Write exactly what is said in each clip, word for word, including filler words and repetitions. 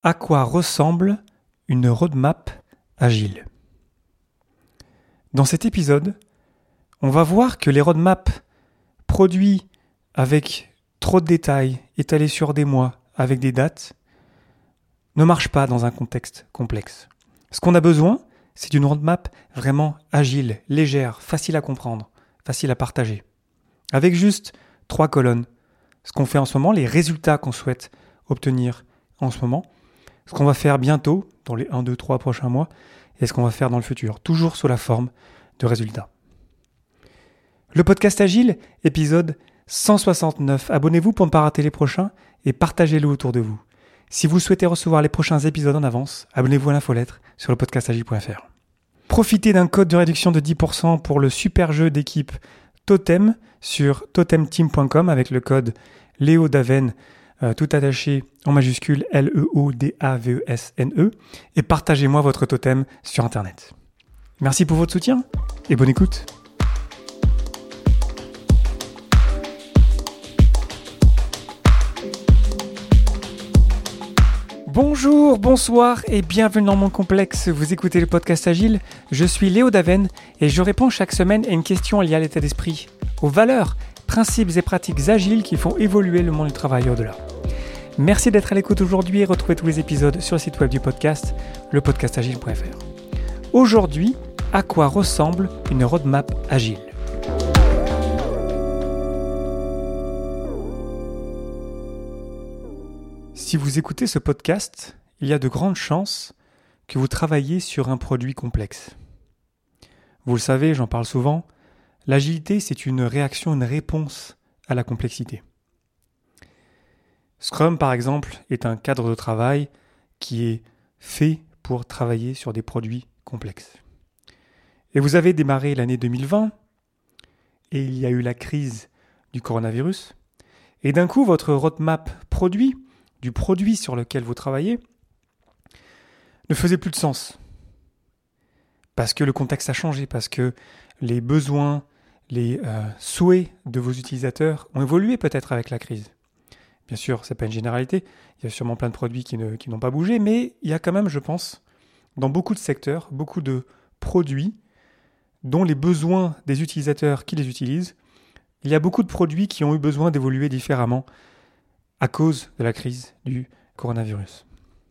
À quoi ressemble une roadmap agile ? Dans cet épisode, on va voir que les roadmaps produits avec trop de détails, étalés sur des mois, avec des dates, ne marchent pas dans un contexte complexe. Ce qu'on a besoin, c'est d'une roadmap vraiment agile, légère, facile à comprendre, facile à partager. Avec juste trois colonnes. Ce qu'on fait en ce moment, les résultats qu'on souhaite obtenir en ce moment, ce qu'on va faire bientôt, dans les un, deux, trois prochains mois, et ce qu'on va faire dans le futur, toujours sous la forme de résultats. Le podcast Agile, épisode cent soixante-neuf. Abonnez-vous pour ne pas rater les prochains et partagez-le autour de vous. Si vous souhaitez recevoir les prochains épisodes en avance, abonnez-vous à l'infolettre sur le podcast agile point f r. Profitez d'un code de réduction de dix pour cent pour le super jeu d'équipe Totem sur totem team point com avec le code Léo Daven, euh, tout attaché en majuscule L E O D A V E S N E, et partagez-moi votre totem sur Internet. Merci pour votre soutien et bonne écoute. Bonjour, bonsoir et bienvenue dans mon complexe. Vous écoutez le podcast Agile, je suis Léo Daven et je réponds chaque semaine à une question liée à l'état d'esprit, aux valeurs, principes et pratiques agiles qui font évoluer le monde du travail et au-delà. Merci d'être à l'écoute aujourd'hui et retrouvez tous les épisodes sur le site web du podcast, le podcast agile point f r. Aujourd'hui, à quoi ressemble une roadmap agile ? Si vous écoutez ce podcast, il y a de grandes chances que vous travaillez sur un produit complexe. Vous le savez, j'en parle souvent, l'agilité, c'est une réaction, une réponse à la complexité. Scrum, par exemple, est un cadre de travail qui est fait pour travailler sur des produits complexes. Et vous avez démarré l'année deux mille vingt, et il y a eu la crise du coronavirus, et d'un coup, votre roadmap produit, du produit sur lequel vous travaillez, ne faisait plus de sens. Parce que le contexte a changé, parce que les besoins, les euh, souhaits de vos utilisateurs ont évolué peut-être avec la crise. Bien sûr, ce n'est pas une généralité, il y a sûrement plein de produits qui, ne, qui n'ont pas bougé, mais il y a quand même, je pense, dans beaucoup de secteurs, beaucoup de produits dont les besoins des utilisateurs qui les utilisent, il y a beaucoup de produits qui ont eu besoin d'évoluer différemment à cause de la crise du coronavirus.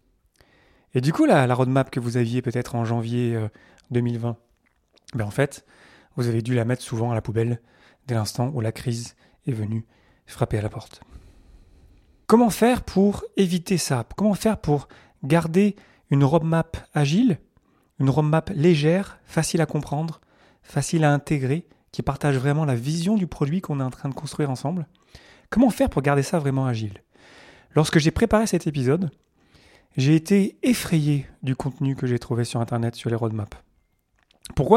Et du coup, la, la roadmap que vous aviez peut-être en janvier euh, deux mille vingt, ben en fait, vous avez dû la mettre souvent à la poubelle dès l'instant où la crise est venue frapper à la porte. Comment faire pour éviter ça ? Comment faire pour garder une roadmap agile, une roadmap légère, facile à comprendre, facile à intégrer, qui partage vraiment la vision du produit qu'on est en train de construire ensemble ? Comment faire pour garder ça vraiment agile ? Lorsque j'ai préparé cet épisode, j'ai été effrayé du contenu que j'ai trouvé sur Internet sur les roadmaps. Pourquoi ?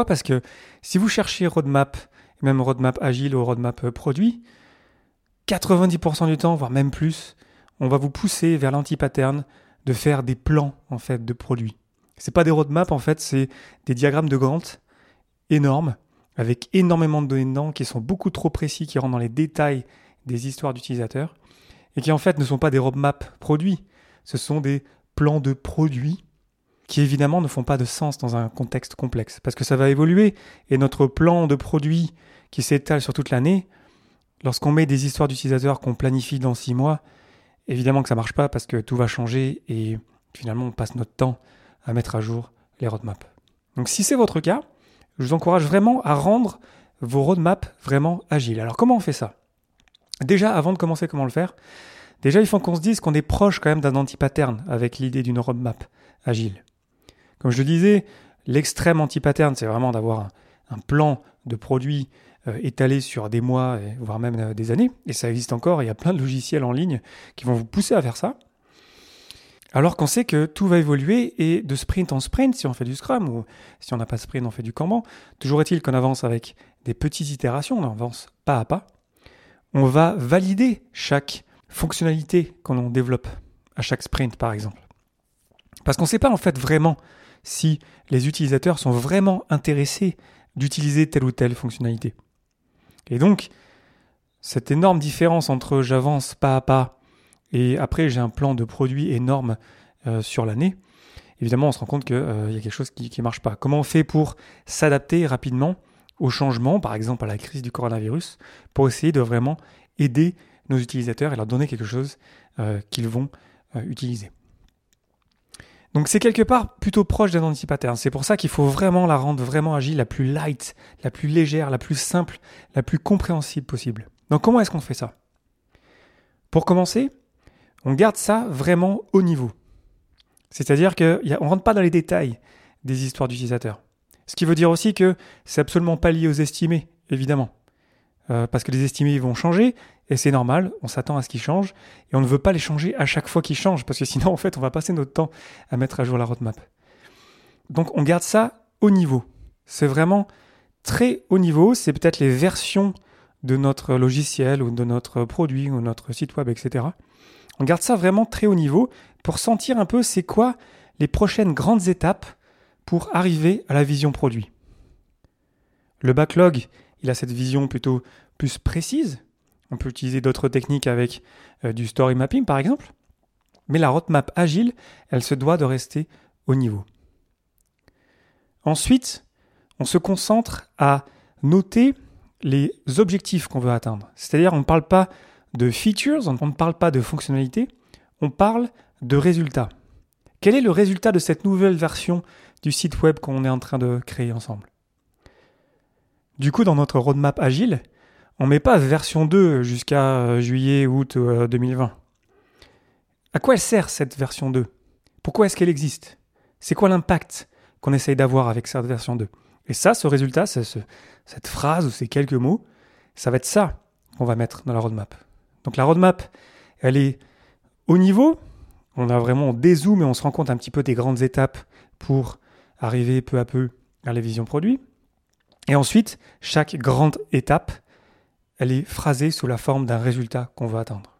Parce que si vous cherchez roadmap, même roadmap agile ou roadmap produit, quatre-vingt-dix pour cent du temps, voire même plus, on va vous pousser vers l'anti-pattern de faire des plans en fait de produits. C'est pas des roadmaps en fait, c'est des diagrammes de Gantt énormes avec énormément de données dedans qui sont beaucoup trop précis, qui rentrent dans les détails des histoires d'utilisateurs et qui en fait ne sont pas des roadmaps produits, ce sont des plans de produits qui évidemment ne font pas de sens dans un contexte complexe parce que ça va évoluer et notre plan de produit qui s'étale sur toute l'année, lorsqu'on met des histoires d'utilisateurs qu'on planifie dans six mois, évidemment que ça ne marche pas parce que tout va changer et finalement on passe notre temps à mettre à jour les roadmaps. Donc si c'est votre cas, je vous encourage vraiment à rendre vos roadmaps vraiment agiles. Alors comment on fait ça ? Déjà, avant de commencer comment le faire, déjà il faut qu'on se dise qu'on est proche quand même d'un anti-pattern avec l'idée d'une roadmap agile. Comme je le disais, l'extrême anti-pattern, c'est vraiment d'avoir un, un plan de produit euh, étalé sur des mois, et, voire même euh, des années. Et ça existe encore, il y a plein de logiciels en ligne qui vont vous pousser à faire ça. Alors qu'on sait que tout va évoluer et de sprint en sprint, si on fait du Scrum ou si on n'a pas de sprint, on fait du Kanban. Toujours est-il qu'on avance avec des petites itérations, on avance pas à pas. On va valider chaque fonctionnalité qu'on développe à chaque sprint, par exemple. Parce qu'on ne sait pas en fait vraiment si les utilisateurs sont vraiment intéressés d'utiliser telle ou telle fonctionnalité. Et donc, cette énorme différence entre j'avance pas à pas et après j'ai un plan de produit énorme euh, sur l'année, évidemment, on se rend compte qu'il euh, y a quelque chose qui ne marche pas. Comment on fait pour s'adapter rapidement aux changements, par exemple à la crise du coronavirus, pour essayer de vraiment aider nos utilisateurs et leur donner quelque chose euh, qu'ils vont euh, utiliser. Donc c'est quelque part plutôt proche d'un anticipateur. C'est pour ça qu'il faut vraiment la rendre vraiment agile, la plus light, la plus légère, la plus simple, la plus compréhensible possible. Donc comment est-ce qu'on fait ça ? Pour commencer, on garde ça vraiment haut niveau. C'est-à-dire qu'on ne rentre pas dans les détails des histoires d'utilisateurs. Ce qui veut dire aussi que c'est absolument pas lié aux estimés, évidemment. Euh, parce que les estimés ils vont changer, et c'est normal, on s'attend à ce qu'ils changent, et on ne veut pas les changer à chaque fois qu'ils changent, parce que sinon, en fait, on va passer notre temps à mettre à jour la roadmap. Donc, on garde ça au niveau. C'est vraiment très haut niveau, c'est peut-être les versions de notre logiciel, ou de notre produit, ou de notre site web, et cetera. On garde ça vraiment très haut niveau, pour sentir un peu c'est quoi les prochaines grandes étapes pour arriver à la vision produit. Le backlog, il a cette vision plutôt plus précise. On peut utiliser d'autres techniques avec euh, du story mapping par exemple. Mais la roadmap agile, elle se doit de rester au niveau. Ensuite, on se concentre à noter les objectifs qu'on veut atteindre. C'est-à-dire, on ne parle pas de features, on ne parle pas de fonctionnalités, on parle de résultats. Quel est le résultat de cette nouvelle version du site web qu'on est en train de créer ensemble ? Du coup, dans notre roadmap agile, on ne met pas version deux jusqu'à juillet, août deux mille vingt. À quoi elle sert cette version deux ? Pourquoi est-ce qu'elle existe ? C'est quoi l'impact qu'on essaye d'avoir avec cette version deux ? Et ça, ce résultat, ce, cette phrase ou ces quelques mots, ça va être ça qu'on va mettre dans la roadmap. Donc la roadmap, elle est au niveau. On a vraiment, on dézoome et on se rend compte un petit peu des grandes étapes pour arriver peu à peu à la vision produit. Et ensuite, chaque grande étape, elle est phrasée sous la forme d'un résultat qu'on veut atteindre.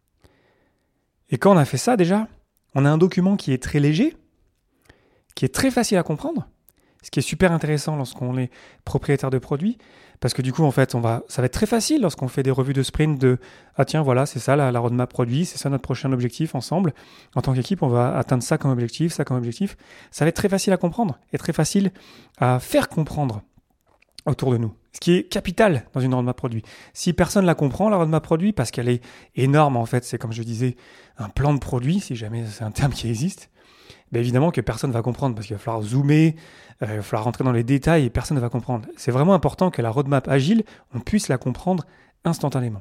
Et quand on a fait ça déjà, on a un document qui est très léger, qui est très facile à comprendre, ce qui est super intéressant lorsqu'on est propriétaire de produits, parce que du coup, en fait, on va, ça va être très facile lorsqu'on fait des revues de sprint de « Ah tiens, voilà, c'est ça la, la roadmap produit, c'est ça notre prochain objectif ensemble. En tant qu'équipe, on va atteindre ça comme objectif, ça comme objectif. » Ça va être très facile à comprendre et très facile à faire comprendre autour de nous, ce qui est capital dans une roadmap produit. Si personne la comprend, la roadmap produit, parce qu'elle est énorme, en fait, c'est comme je disais, un plan de produit, si jamais c'est un terme qui existe, ben évidemment que personne ne va comprendre, parce qu'il va falloir zoomer, euh, il va falloir rentrer dans les détails, et personne ne va comprendre. C'est vraiment important que la roadmap agile, on puisse la comprendre instantanément.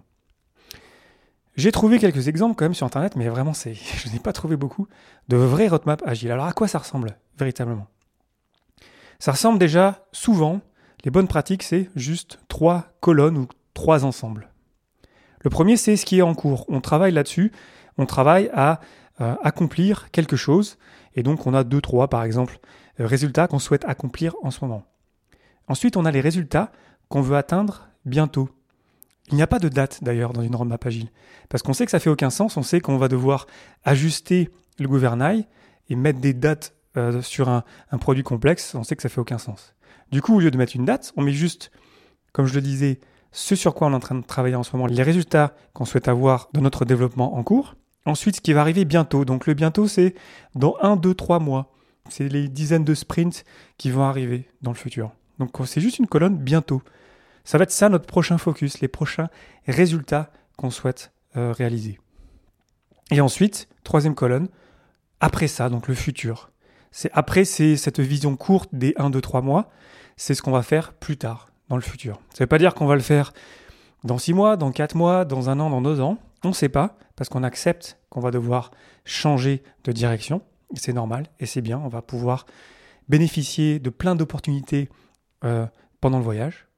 J'ai trouvé quelques exemples quand même sur Internet, mais vraiment, c'est, je n'ai pas trouvé beaucoup de vraies roadmaps agiles. Alors à quoi ça ressemble, véritablement ? Ça ressemble déjà souvent. Les bonnes pratiques, c'est juste trois colonnes ou trois ensembles. Le premier, c'est ce qui est en cours. On travaille là-dessus. On travaille à euh, accomplir quelque chose. Et donc, on a deux, trois, par exemple, euh, résultats qu'on souhaite accomplir en ce moment. Ensuite, on a les résultats qu'on veut atteindre bientôt. Il n'y a pas de date, d'ailleurs, dans une roadmap agile. Parce qu'on sait que ça fait aucun sens. On sait qu'on va devoir ajuster le gouvernail et mettre des dates euh, sur un, un produit complexe. On sait que ça fait aucun sens. Du coup, au lieu de mettre une date, on met juste, comme je le disais, ce sur quoi on est en train de travailler en ce moment, les résultats qu'on souhaite avoir dans notre développement en cours. Ensuite, ce qui va arriver bientôt. Donc le bientôt, c'est dans un, deux, trois mois. C'est les dizaines de sprints qui vont arriver dans le futur. Donc c'est juste une colonne bientôt. Ça va être ça notre prochain focus, les prochains résultats qu'on souhaite euh, réaliser. Et ensuite, troisième colonne, après ça, donc le futur. C'est après c'est cette vision courte des un, deux, trois mois, c'est ce qu'on va faire plus tard, dans le futur. Ça ne veut pas dire qu'on va le faire dans six mois, dans quatre mois, dans un an, dans deux ans. On ne sait pas, parce qu'on accepte qu'on va devoir changer de direction. C'est normal et c'est bien, on va pouvoir bénéficier de plein d'opportunités euh, pendant le voyage.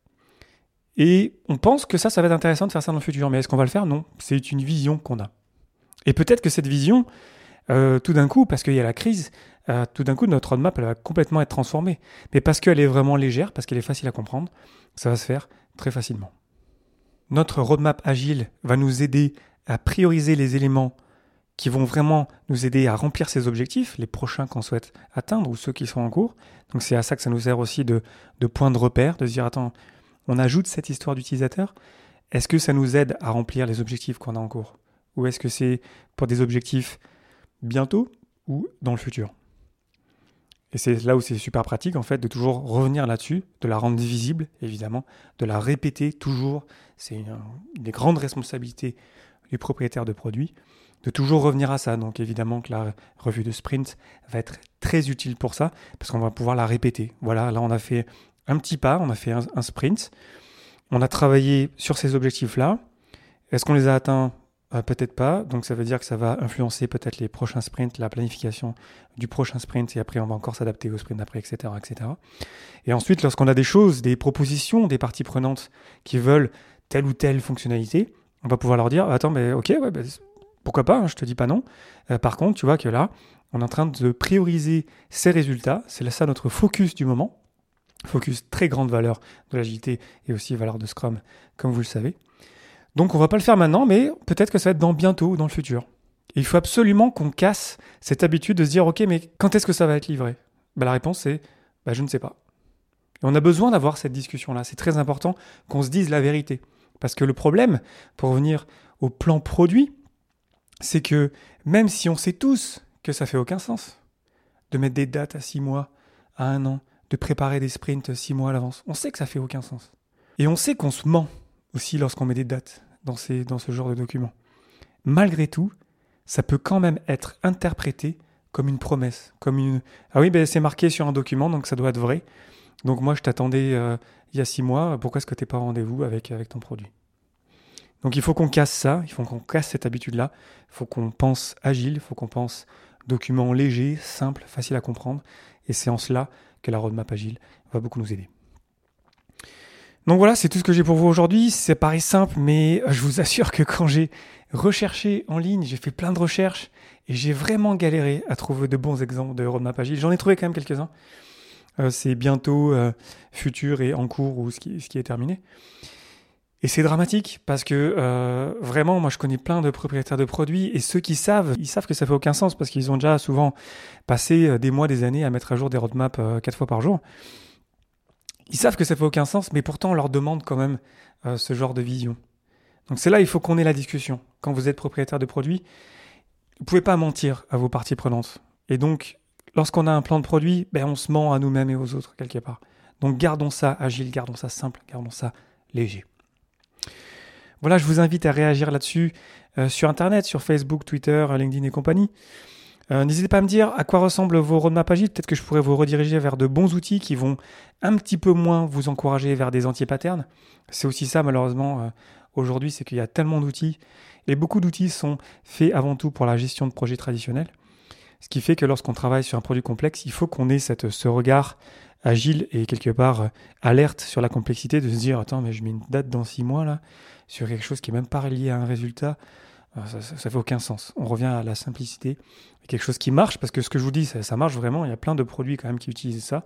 Et on pense que ça, ça va être intéressant de faire ça dans le futur. Mais est-ce qu'on va le faire ? Non, c'est une vision qu'on a. Et peut-être que cette vision, euh, tout d'un coup, parce qu'il y a la crise, euh, tout d'un coup, notre roadmap, elle va complètement être transformée. Mais parce qu'elle est vraiment légère, parce qu'elle est facile à comprendre, ça va se faire très facilement. Notre roadmap agile va nous aider à prioriser les éléments qui vont vraiment nous aider à remplir ces objectifs, les prochains qu'on souhaite atteindre ou ceux qui sont en cours. Donc c'est à ça que ça nous sert aussi de, de point de repère, de se dire, attends, on ajoute cette histoire d'utilisateur, est-ce que ça nous aide à remplir les objectifs qu'on a en cours ? Ou est-ce que c'est pour des objectifs bientôt ? ou dans le futur. Et c'est là où c'est super pratique, en fait, de toujours revenir là-dessus, de la rendre visible, évidemment, de la répéter toujours. C'est une, une des grandes responsabilités du propriétaire de produit, de toujours revenir à ça. Donc, évidemment que la revue de sprint va être très utile pour ça, parce qu'on va pouvoir la répéter. Voilà, là, on a fait un petit pas, on a fait un, un sprint. On a travaillé sur ces objectifs-là. Est-ce qu'on les a atteints ? Euh, peut-être pas, donc ça veut dire que ça va influencer peut-être les prochains sprints, la planification du prochain sprint, et après on va encore s'adapter au sprint d'après, et cetera, et cetera. Et ensuite, lorsqu'on a des choses, des propositions, des parties prenantes qui veulent telle ou telle fonctionnalité, on va pouvoir leur dire, attends, mais ok, ouais, bah, pourquoi pas, hein, je te dis pas non. Euh, par contre, tu vois que là, on est en train de prioriser ces résultats, c'est là ça notre focus du moment, focus très grande valeur de l'agilité et aussi valeur de Scrum, comme vous le savez. Donc on va pas le faire maintenant, mais peut-être que ça va être dans bientôt ou dans le futur. Et il faut absolument qu'on casse cette habitude de se dire « Ok, mais quand est-ce que ça va être livré ?» bah, La réponse c'est bah, « Je ne sais pas ». Et on a besoin d'avoir cette discussion-là. C'est très important qu'on se dise la vérité. Parce que le problème, pour revenir au plan produit, c'est que même si on sait tous que ça fait aucun sens de mettre des dates à six mois, à un an, de préparer des sprints six mois à l'avance, on sait que ça fait aucun sens. Et on sait qu'on se ment aussi lorsqu'on met des dates dans, ces, dans ce genre de documents. Malgré tout, ça peut quand même être interprété comme une promesse, comme une... Ah oui, ben c'est marqué sur un document, donc ça doit être vrai. Donc moi, je t'attendais euh, il y a six mois, pourquoi est-ce que tu n'es pas en rendez-vous avec, avec ton produit ? Donc il faut qu'on casse ça, il faut qu'on casse cette habitude-là, il faut qu'on pense agile, il faut qu'on pense document léger, simple, facile à comprendre, et c'est en cela que la roadmap agile va beaucoup nous aider. Donc voilà, c'est tout ce que j'ai pour vous aujourd'hui. Ça paraît simple, mais je vous assure que quand j'ai recherché en ligne, j'ai fait plein de recherches et j'ai vraiment galéré à trouver de bons exemples de roadmap agile. J'en ai trouvé quand même quelques-uns. Euh, c'est bientôt euh, futur et en cours ou ce qui, ce qui est terminé. Et c'est dramatique parce que euh, vraiment, moi je connais plein de propriétaires de produits et ceux qui savent, ils savent que ça fait aucun sens parce qu'ils ont déjà souvent passé des mois, des années à mettre à jour des roadmaps euh, quatre fois par jour. Ils savent que ça fait aucun sens, mais pourtant on leur demande quand même euh, ce genre de vision. Donc c'est là il faut qu'on ait la discussion. Quand vous êtes propriétaire de produit, vous ne pouvez pas mentir à vos parties prenantes. Et donc, lorsqu'on a un plan de produit, ben, on se ment à nous-mêmes et aux autres quelque part. Donc gardons ça agile, gardons ça simple, gardons ça léger. Voilà, je vous invite à réagir là-dessus euh, sur Internet, sur Facebook, Twitter, LinkedIn et compagnie. Euh, n'hésitez pas à me dire à quoi ressemblent vos roadmaps agiles. Peut-être que je pourrais vous rediriger vers de bons outils qui vont un petit peu moins vous encourager vers des anti-patterns. C'est aussi ça, malheureusement, euh, aujourd'hui, c'est qu'il y a tellement d'outils. Et beaucoup d'outils sont faits avant tout pour la gestion de projets traditionnels. Ce qui fait que lorsqu'on travaille sur un produit complexe, il faut qu'on ait cette, ce regard agile et quelque part euh, alerte sur la complexité de se dire « Attends, mais je mets une date dans six mois là, sur quelque chose qui n'est même pas relié à un résultat. » Ça, ça, ça fait aucun sens. On revient à la simplicité. Quelque chose qui marche, parce que ce que je vous dis, ça, ça marche vraiment. Il y a plein de produits quand même qui utilisent ça.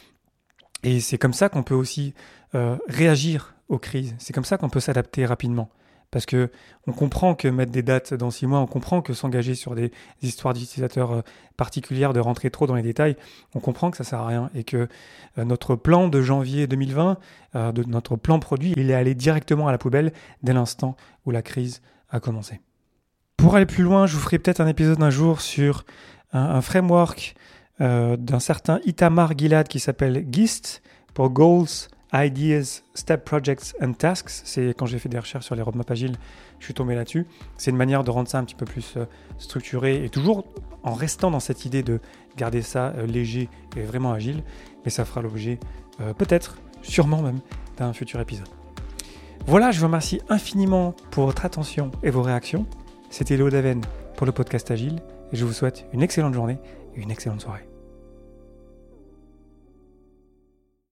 Et c'est comme ça qu'on peut aussi euh, réagir aux crises. C'est comme ça qu'on peut s'adapter rapidement. Parce que on comprend que mettre des dates dans six mois, on comprend que s'engager sur des, des histoires d'utilisateurs euh, particulières, de rentrer trop dans les détails, on comprend que ça sert à rien. Et que euh, notre plan de janvier deux mille vingt, euh, de notre plan produit, il est allé directement à la poubelle dès l'instant où la crise a commencé. Pour aller plus loin, je vous ferai peut-être un épisode un jour sur un, un framework euh, d'un certain Itamar Gilad qui s'appelle GIST pour Goals, Ideas, Step Projects and Tasks. C'est quand j'ai fait des recherches sur les roadmaps agiles, je suis tombé là-dessus. C'est une manière de rendre ça un petit peu plus euh, structuré et toujours en restant dans cette idée de garder ça euh, léger et vraiment agile. Mais ça fera l'objet euh, peut-être, sûrement même, d'un futur épisode. Voilà, je vous remercie infiniment pour votre attention et vos réactions. C'était Léo Daven pour le podcast Agile et je vous souhaite une excellente journée et une excellente soirée.